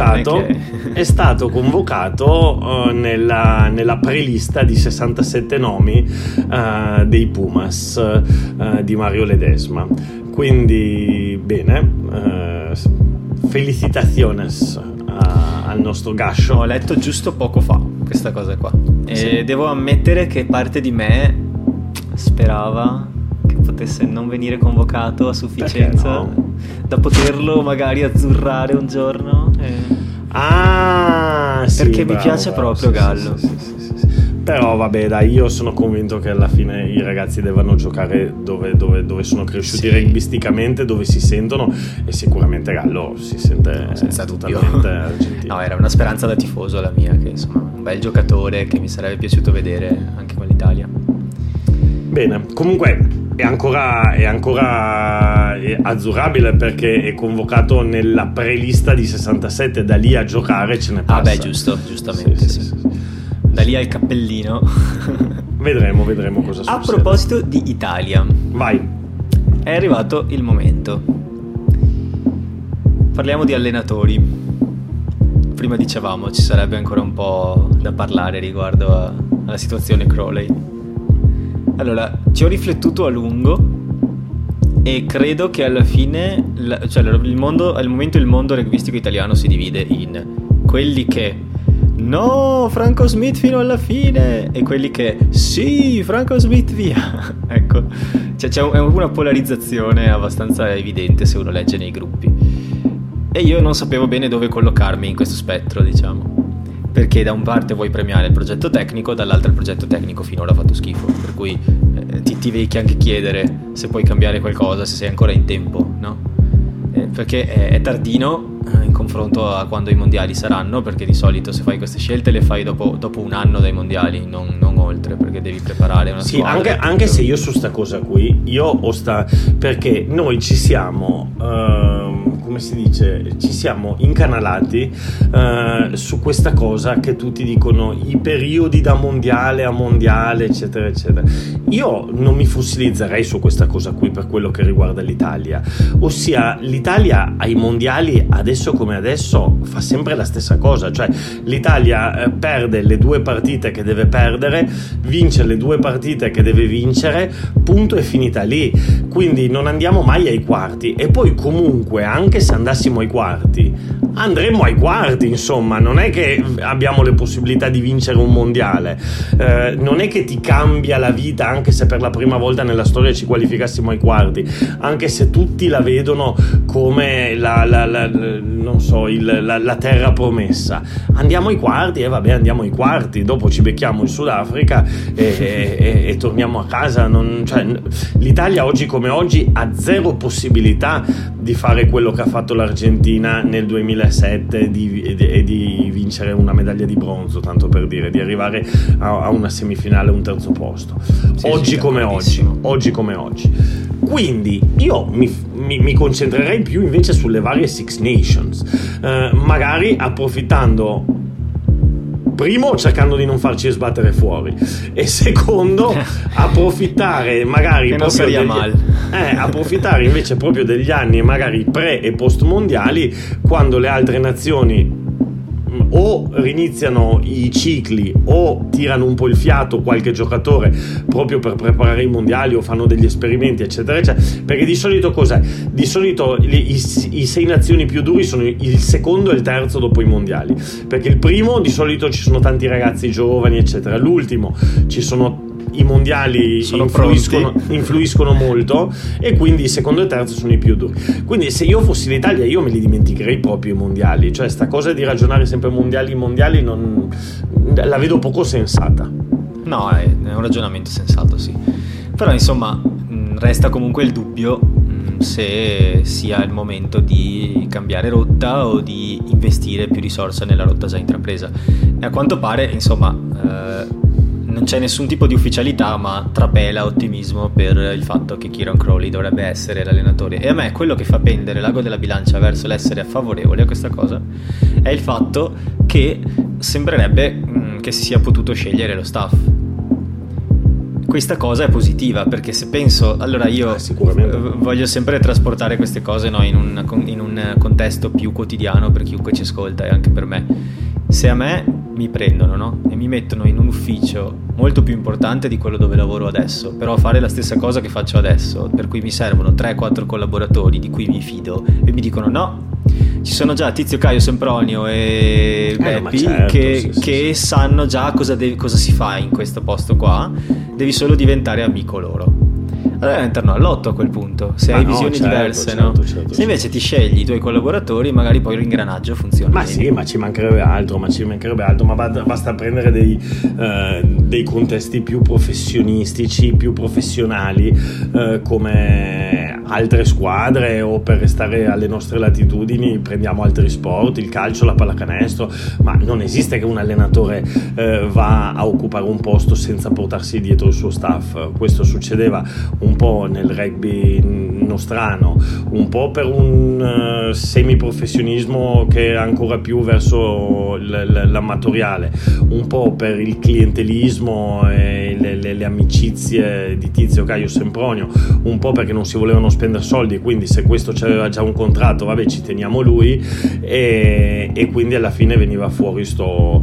convocato nella prelista di 67 nomi dei Pumas di Mario Ledesma. Quindi bene, felicitaciones al nostro Gascio. Ho letto giusto poco fa questa cosa qua e sì. Devo ammettere che parte di me sperava che potesse non venire convocato a sufficienza, no? Da poterlo magari azzurrare un giorno sì, perché mi piace proprio Gallo. Sì. Però vabbè, dai, io sono convinto che alla fine i ragazzi devono giocare dove sono cresciuti rugbisticamente, dove si sentono, e sicuramente Gallo si sente senza dubbio argentino. No, era una speranza da tifoso la mia, che insomma un bel giocatore che mi sarebbe piaciuto vedere anche con l'Italia. Bene, comunque è ancora azzurrabile perché è convocato nella prelista di 67, da lì a giocare ce ne passa. Giustamente sì. Da lì al cappellino. Vedremo cosa succede. A proposito di Italia, vai. È arrivato il momento. Parliamo di allenatori. Prima dicevamo ci sarebbe ancora un po' da parlare riguardo alla situazione Crowley. Allora, ci ho riflettuto a lungo e credo che alla fine al momento il mondo rugbyistico italiano si divide in quelli che no, Franco Smith fino alla fine, e quelli che sì, Franco Smith via. Ecco, c'è una polarizzazione abbastanza evidente se uno legge nei gruppi, e io non sapevo bene dove collocarmi in questo spettro, diciamo, perché da un parte vuoi premiare il progetto tecnico, dall'altra il progetto tecnico finora ha fatto schifo, per cui ti vecchi anche chiedere se puoi cambiare qualcosa, se sei ancora in tempo, no? Perché è tardino in confronto a quando i mondiali saranno, perché di solito se fai queste scelte le fai dopo un anno dai mondiali, non oltre, perché devi preparare una squadra. Sì, anche se io su sta cosa qui perché noi ci siamo come si dice, ci siamo incanalati su questa cosa che tutti dicono i periodi da mondiale a mondiale, eccetera eccetera. Io non mi fossilizzerei su questa cosa qui per quello che riguarda l'Italia, ossia l'Italia ai mondiali adesso come adesso fa sempre la stessa cosa, cioè l'Italia perde le 2 partite che deve perdere, vince le 2 partite che deve vincere, punto, è finita lì. Quindi non andiamo mai ai quarti, e poi comunque anche se andassimo ai quarti andremo ai quarti, insomma, non è che abbiamo le possibilità di vincere un mondiale, non è che ti cambia la vita anche se per la prima volta nella storia ci qualificassimo ai quarti, anche se tutti la vedono come la terra promessa. Andiamo ai quarti e vabbè, andiamo ai quarti, dopo ci becchiamo in Sudafrica e torniamo a casa. L'Italia oggi come oggi ha zero possibilità di fare quello che ha fatto l'Argentina nel 2007 e di vincere una medaglia di bronzo, tanto per dire, di arrivare a una semifinale, un terzo posto, oggi come oggi. Quindi io mi concentrerei più invece sulle varie Six Nations, magari approfittando, primo, cercando di non farci sbattere fuori, e secondo, approfittare magari approfittare invece proprio degli anni magari pre e post mondiali, quando le altre nazioni o riniziano i cicli o tirano un po' il fiato qualche giocatore proprio per preparare i mondiali, o fanno degli esperimenti, eccetera eccetera. Perché di solito cos'è? Di solito i 6 nazioni più duri sono il secondo e il terzo dopo i mondiali, perché il primo di solito ci sono tanti ragazzi giovani, eccetera, l'ultimo ci sono i mondiali sono influiscono molto, e quindi secondo e terzo sono i più duri. Quindi se io fossi l'Italia io me li dimenticherei proprio i mondiali, cioè sta cosa di ragionare sempre mondiali non la vedo poco sensata. No, è un ragionamento sensato, sì, però insomma resta comunque il dubbio se sia il momento di cambiare rotta o di investire più risorse nella rotta già intrapresa. E a quanto pare, insomma, non c'è nessun tipo di ufficialità, ma trapela ottimismo per il fatto che Kieran Crowley dovrebbe essere l'allenatore. E a me quello che fa pendere l'ago della bilancia verso l'essere favorevole a questa cosa è il fatto che sembrerebbe che si sia potuto scegliere lo staff. Questa cosa è positiva, perché se penso, allora io voglio sempre trasportare queste cose, no, in un contesto più quotidiano per chiunque ci ascolta e anche per me. Se a me mi prendono, no, e mi mettono in un ufficio molto più importante di quello dove lavoro adesso, però a fare la stessa cosa che faccio adesso, per cui mi servono 3-4 collaboratori di cui mi fido, e mi dicono no, ci sono già Tizio, Caio, Sempronio e Beppi che sanno già cosa si fa in questo posto qua, devi solo diventare amico loro. Allora entrano all'otto a quel punto, se hai visioni diverse, no? Se invece ti scegli i tuoi collaboratori, magari poi l'ingranaggio funziona. Ma sì, ma ci mancherebbe altro, ma basta prendere dei contesti più professionistici, più professionali, come altre squadre, o per restare alle nostre latitudini prendiamo altri sport, il calcio, la pallacanestro, ma non esiste che un allenatore va a occupare un posto senza portarsi dietro il suo staff. Questo succedeva un po' nel rugby nostrano, un po' per un semiprofessionismo che è ancora più verso l'amatoriale, un po' per il clientelismo e le amicizie di Tizio, Caio, Sempronio, un po' perché non si volevano spendere soldi, quindi se questo c'aveva già un contratto, vabbè, ci teniamo lui, e quindi alla fine veniva fuori sto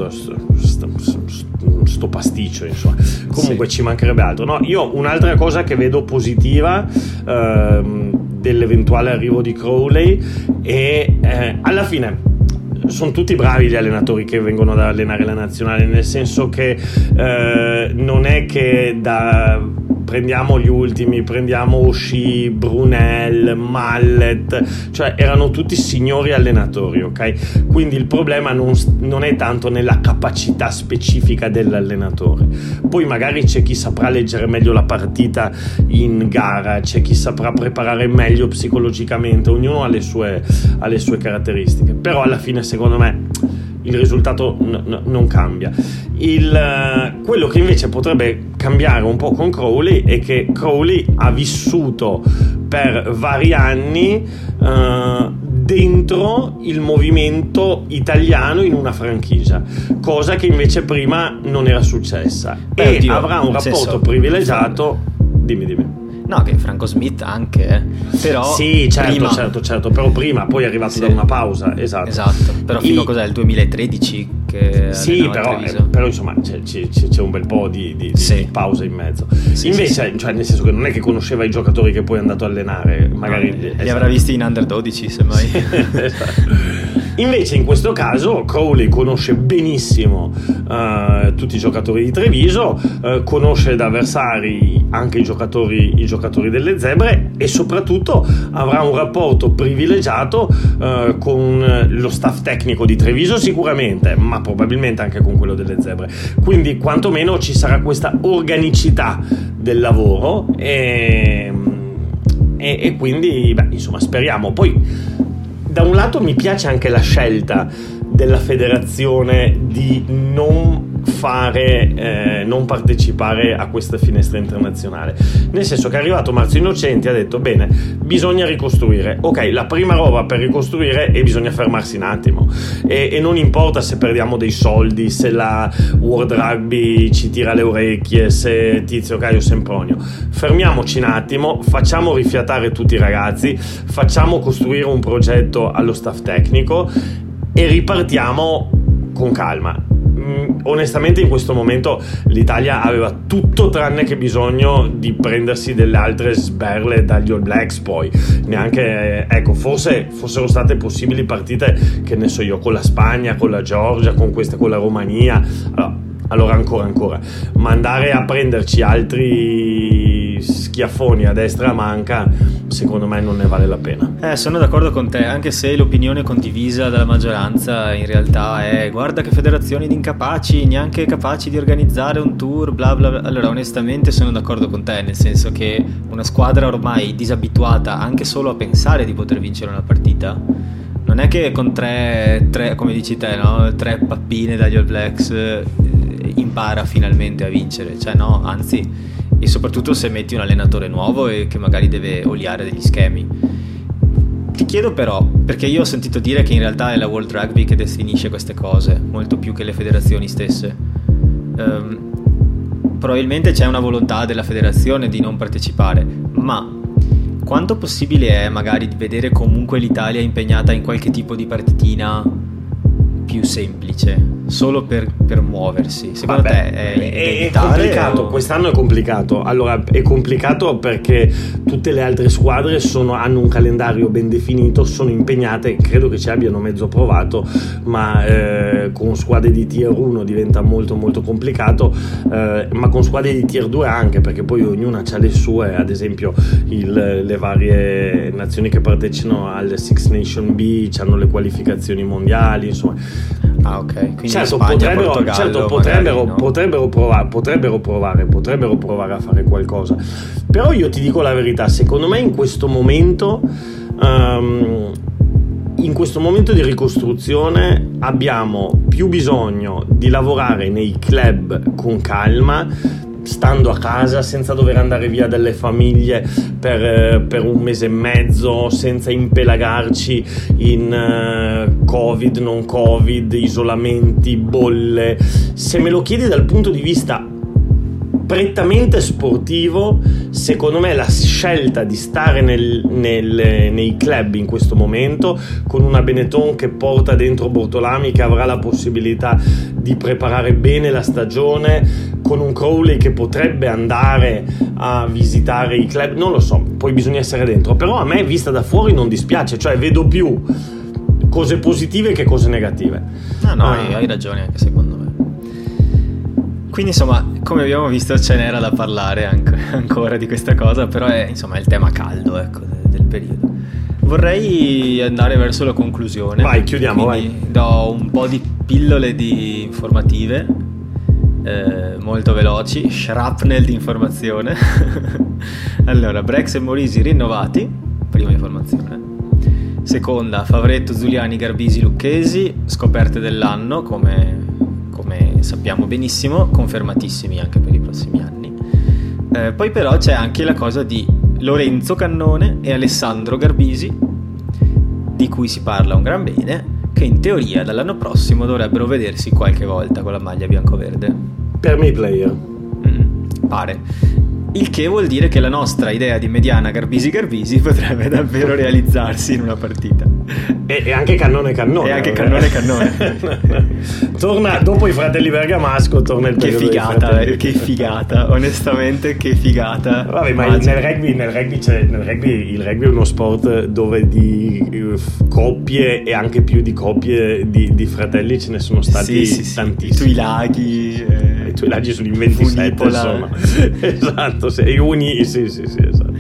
pasticcio, insomma. Comunque sì, ci mancherebbe altro, no? Io un'altra cosa che vedo positiva dell'eventuale arrivo di Crowley è alla fine sono tutti bravi gli allenatori che vengono ad allenare la nazionale, nel senso che non è che prendiamo gli ultimi, prendiamo O'Shea, Brunel, Mallet, cioè erano tutti signori allenatori, ok? Quindi il problema non è tanto nella capacità specifica dell'allenatore. Poi magari c'è chi saprà leggere meglio la partita in gara, c'è chi saprà preparare meglio psicologicamente, ognuno ha le sue caratteristiche, però alla fine secondo me il risultato non cambia. Quello che invece potrebbe cambiare un po' con Crowley è che Crowley ha vissuto per vari anni dentro il movimento italiano in una franchigia, cosa che invece prima non era successa. Oddio, avrà un rapporto privilegiato. Dimmi. No, che Franco Smith anche, però sì, certo, però prima, poi è arrivato da una pausa, esatto, però fino a cos'è, il 2013 che sì, però insomma c'è un bel po' di pausa in mezzo. Invece, cioè, nel senso che non è che conosceva i giocatori che poi è andato a allenare, magari li avrà visti in Under 12 semmai. Esatto. Invece in questo caso Crowley conosce benissimo tutti i giocatori di Treviso, conosce da avversari anche i giocatori delle Zebre, e soprattutto avrà un rapporto privilegiato con lo staff tecnico di Treviso sicuramente, ma probabilmente anche con quello delle Zebre, quindi quantomeno ci sarà questa organicità del lavoro e quindi insomma speriamo. Poi da un lato mi piace anche la scelta della federazione di non partecipare a questa finestra internazionale, nel senso che è arrivato Marzio Innocenti e ha detto bene, bisogna ricostruire, ok, la prima roba per ricostruire è bisogna fermarsi un attimo e non importa se perdiamo dei soldi, se la World Rugby ci tira le orecchie, se Tizio, Caio, Sempronio, fermiamoci un attimo, facciamo rifiatare tutti i ragazzi, facciamo costruire un progetto allo staff tecnico e ripartiamo con calma. Onestamente in questo momento l'Italia aveva tutto tranne che bisogno di prendersi delle altre sberle dagli All Blacks, poi neanche, ecco, forse fossero state possibili partite, che ne so io, con la Spagna, con la Georgia, con la Romania, allora allora ancora, ma andare a prenderci altri schiaffoni a destra e a manca, secondo me non ne vale la pena. Sono d'accordo con te, anche se l'opinione condivisa dalla maggioranza in realtà è: guarda che federazioni di incapaci, neanche capaci di organizzare un tour, bla bla bla. Allora onestamente sono d'accordo con te, nel senso che una squadra ormai disabituata anche solo a pensare di poter vincere una partita, non è che con tre come dici te, no? 3 pappine dagli All Blacks impara finalmente a vincere, cioè no, anzi, e soprattutto se metti un allenatore nuovo e che magari deve oliare degli schemi. Ti chiedo però, perché io ho sentito dire che in realtà è la World Rugby che definisce queste cose molto più che le federazioni stesse. Probabilmente c'è una volontà della federazione di non partecipare, ma quanto possibile è magari di vedere comunque l'Italia impegnata in qualche tipo di partitina più semplice, solo per muoversi? Secondo te è complicato? Quest'anno è complicato. Allora, è complicato perché tutte le altre squadre hanno un calendario ben definito, sono impegnate, credo che ci abbiano mezzo provato, ma con squadre di tier 1 diventa molto molto complicato, ma con squadre di tier 2 anche, perché poi ognuna ha le sue, ad esempio le varie nazioni che partecipano al Six Nation B hanno le qualificazioni mondiali, insomma. Ah, ok. Quindi certo, Spagna, Portogallo, potrebbero provare a fare qualcosa. Però io ti dico la verità, secondo me in questo momento di ricostruzione abbiamo più bisogno di lavorare nei club con calma, stando a casa, senza dover andare via dalle famiglie per un mese e mezzo, senza impelagarci in Covid, non Covid, isolamenti, bolle. Se me lo chiedi dal punto di vista prettamente sportivo, secondo me la scelta di stare nei club in questo momento, con una Benetton che porta dentro Bortolami, che avrà la possibilità di preparare bene la stagione, con un Crowley che potrebbe andare a visitare i club, non lo so, poi bisogna essere dentro. Però a me, vista da fuori, non dispiace, cioè vedo più cose positive che cose negative. Hai ragione anche secondo me. Quindi insomma, come abbiamo visto, ce n'era da parlare ancora di questa cosa, però è il tema caldo, ecco, del periodo. Vorrei andare verso la conclusione. Vai, chiudiamo, vai. Do un po' di pillole informative, molto veloci, shrapnel di informazione. Allora, Brex e Morisi rinnovati, prima informazione. Seconda, Favretto, Zuliani, Garbisi, Lucchesi, scoperte dell'anno, come sappiamo benissimo, confermatissimi anche per i prossimi anni. Poi però c'è anche la cosa di Lorenzo Cannone e Alessandro Garbisi, di cui si parla un gran bene, che in teoria dall'anno prossimo dovrebbero vedersi qualche volta con la maglia bianco-verde. Per me player. Pare. Il che vuol dire che la nostra idea di mediana Garbisi potrebbe davvero realizzarsi in una partita. E anche Cannone. E anche Cannone. Torna dopo i fratelli Bergamasco, torna il periodo dei fratelli. Che figata, onestamente che figata. Vabbè, ma nel rugby il rugby è uno sport dove di coppie e anche più di coppie di fratelli ce ne sono stati tantissimi. Sui laghi. I tuoi laghi sono in 27, insomma. Esatto, esatto.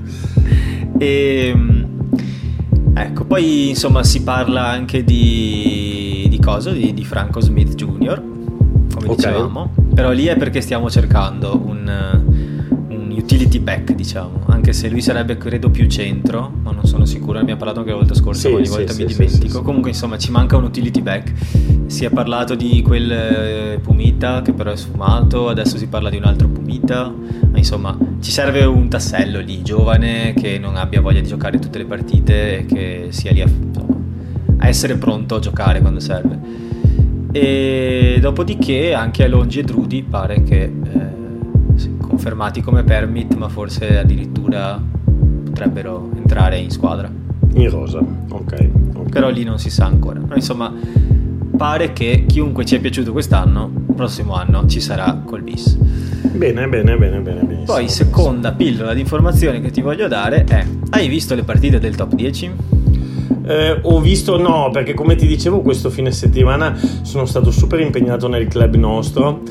Ecco, poi insomma si parla anche di cosa? Di Franco Smith Jr., come dicevamo. Però lì è perché stiamo cercando un utility back, diciamo, anche se lui sarebbe credo più centro, ma non sono sicuro, ne abbiamo parlato anche la volta scorsa, ma ogni volta mi dimentico. Comunque insomma ci manca un utility back. Si è parlato di quel Pumita che però è sfumato, adesso si parla di un altro Pumita, ma insomma ci serve un tassello lì, giovane, che non abbia voglia di giocare tutte le partite e che sia lì a essere pronto a giocare quando serve. E dopodiché anche Alongi e Drudi pare che confermati come permit, ma forse addirittura potrebbero entrare in squadra in rosa. Ok. Però lì non si sa ancora. No, insomma, pare che chiunque ci è piaciuto quest'anno, prossimo anno ci sarà col bis. Bene. Poi seconda pillola di informazione che ti voglio dare è: hai visto le partite del top 10? Ho visto, no, perché come ti dicevo questo fine settimana sono stato super impegnato nel club nostro,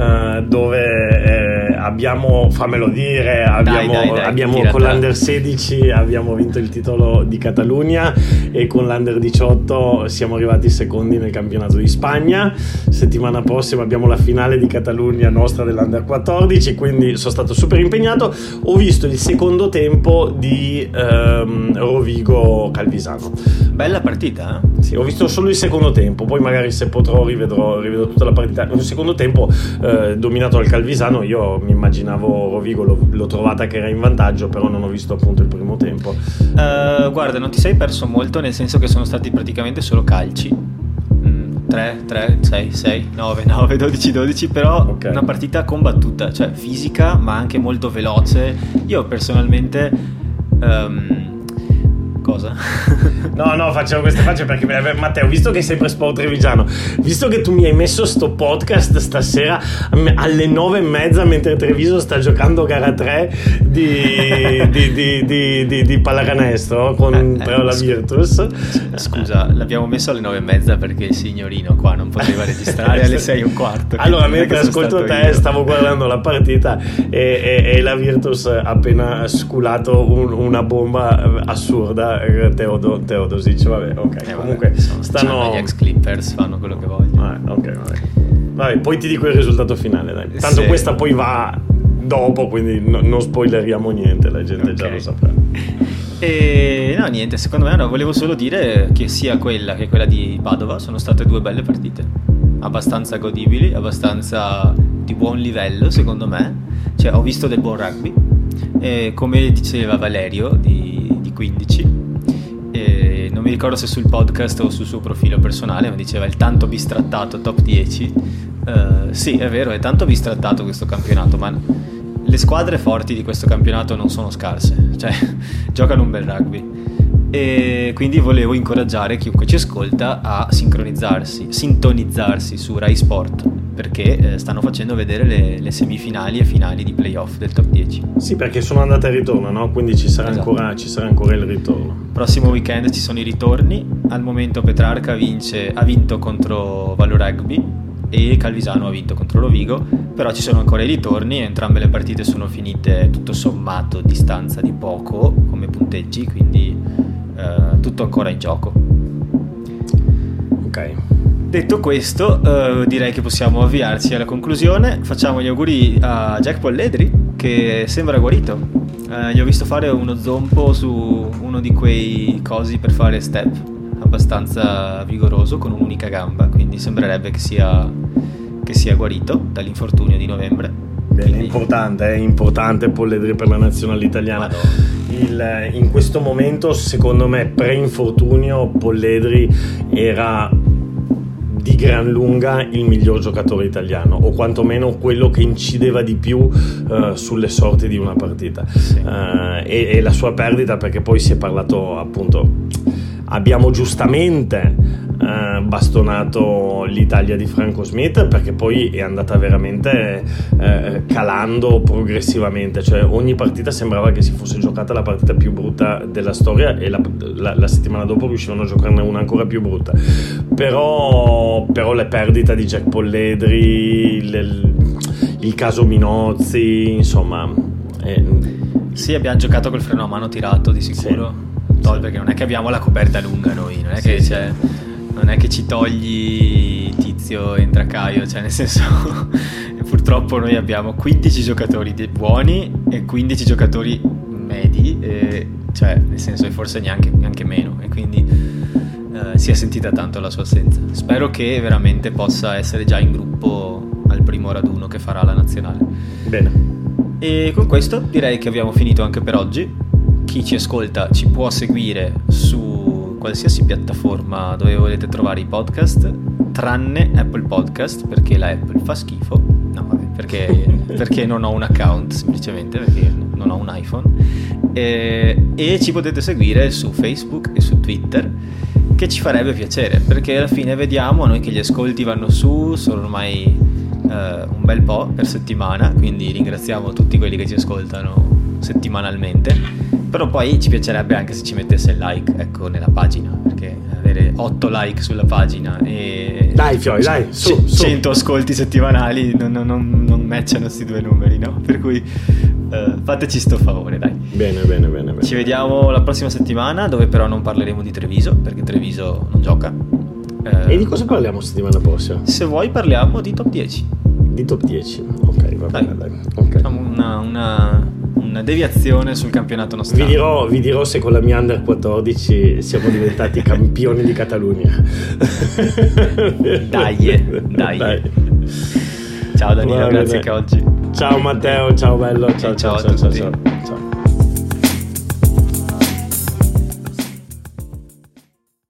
dove abbiamo, fammelo dire, abbiamo con l'Under 16 abbiamo vinto il titolo di Catalunya e con l'Under 18 siamo arrivati secondi nel campionato di Spagna. Settimana prossima abbiamo la finale di Catalunya nostra dell'Under 14, quindi sono stato super impegnato. Ho visto il secondo tempo di Rovigo Calvisano. Bella partita, eh? Sì, ho visto solo il secondo tempo, poi magari se potrò rivedrò tutta la partita. Un secondo tempo dominato dal Calvisano. Io mi immaginavo Rovigo, l'ho trovata che era in vantaggio, però non ho visto appunto il primo tempo. Guarda, non ti sei perso molto, nel senso che sono stati praticamente solo calci. 3, 6, 9, 12, però okay. Una partita combattuta, cioè fisica ma anche molto veloce. Io personalmente cosa? No, facciamo queste facce perché Matteo, visto che sei per Sport Trevigiano, visto che tu mi hai messo sto podcast stasera alle 9:30 mentre Treviso sta giocando gara 3 di pallacanestro con la Virtus. Scusa, l'abbiamo messo alle 9:30 perché il signorino qua non poteva registrare alle 6:15. Allora mentre ascolto te stavo guardando la partita e la Virtus ha appena sculato una bomba assurda. Teodosic, vabbè, ok. Comunque stanno gli ex Clippers, fanno quello che vogliono. Ok, vabbè, poi ti dico il risultato finale, dai. Tanto sì. Questa poi va dopo, quindi non spoileriamo niente, la gente già lo saprà. E no, niente, secondo me volevo solo dire che sia quella che quella di Padova sono state due belle partite, abbastanza godibili, abbastanza di buon livello secondo me. Cioè ho visto del buon rugby e come diceva Valerio di 15, non mi ricordo se sul podcast o sul suo profilo personale, ma diceva il tanto bistrattato top 10. Sì, è vero, è tanto bistrattato questo campionato, ma le squadre forti di questo campionato non sono scarse, cioè giocano un bel rugby. E quindi volevo incoraggiare chiunque ci ascolta a sintonizzarsi su Rai Sport, perché stanno facendo vedere le semifinali e finali di playoff del top 10. Sì, perché sono andate e ritorno, no? Quindi ci sarà ancora il ritorno. Prossimo weekend ci sono i ritorni. Al momento Petrarca ha vinto contro Vallo Rugby e Calvisano ha vinto contro Rovigo, però ci sono ancora i ritorni. Entrambe le partite sono finite tutto sommato a distanza di poco come punteggi, quindi tutto ancora in gioco. Ok. Detto questo, direi che possiamo avviarci alla conclusione. Facciamo gli auguri a Jack Polledri, che sembra guarito. Gli ho visto fare uno zompo su uno di quei cosi per fare step abbastanza vigoroso con un'unica gamba, quindi sembrerebbe che sia guarito dall'infortunio di novembre. Bene, è importante Polledri per la nazionale italiana. In questo momento, secondo me, pre-infortunio Polledri era di gran lunga il miglior giocatore italiano, o quantomeno quello che incideva di più sulle sorti di una partita. Sì. E la sua perdita, perché poi si è parlato, appunto, abbiamo giustamente bastonato l'Italia di Franco Smith, perché poi è andata veramente calando progressivamente, cioè ogni partita sembrava che si fosse giocata la partita più brutta della storia e la settimana dopo riuscivano a giocarne una ancora più brutta. Però le perdite di Jack Polledri, il caso Minozzi, insomma sì, abbiamo giocato col freno a mano tirato di sicuro. Sì. Perché non è che abbiamo la coperta lunga noi, non è che c'è, non è che ci togli Tizio, entra Caio, cioè nel senso purtroppo noi abbiamo 15 giocatori buoni e 15 giocatori medi, cioè nel senso, e forse neanche meno, e quindi si è sentita tanto la sua assenza. Spero che veramente possa essere già in gruppo al primo raduno che farà la nazionale. Bene. E con questo direi che abbiamo finito anche per oggi. Chi ci ascolta ci può seguire su qualsiasi piattaforma dove volete trovare i podcast, tranne Apple Podcast, perché la Apple fa schifo. No, vabbè, perché non ho un account, semplicemente perché non ho un iPhone. E ci potete seguire su Facebook e su Twitter, che ci farebbe piacere, perché alla fine vediamo noi che gli ascolti vanno su, sono ormai un bel po' per settimana, quindi ringraziamo tutti quelli che ci ascoltano settimanalmente. Però poi ci piacerebbe anche se ci mettesse il like, ecco, nella pagina, avere 8 like sulla pagina e dai Fioi, dai, su. 100 ascolti settimanali non matchano questi due numeri, no? Per cui fateci sto favore, dai. Bene. Ci vediamo la prossima settimana, dove però non parleremo di Treviso, perché Treviso non gioca. E di cosa parliamo settimana prossima? Se vuoi parliamo di top 10. Di top 10, ok, va bene, dai. Okay. Facciamo una deviazione sul campionato nostro. Vi dirò se con la mia Under 14 siamo diventati campioni di Catalunya. Dai. Ciao Danilo, grazie che oggi. Ciao Matteo, ciao bello, ciao. Ciao a tutti. Ciao.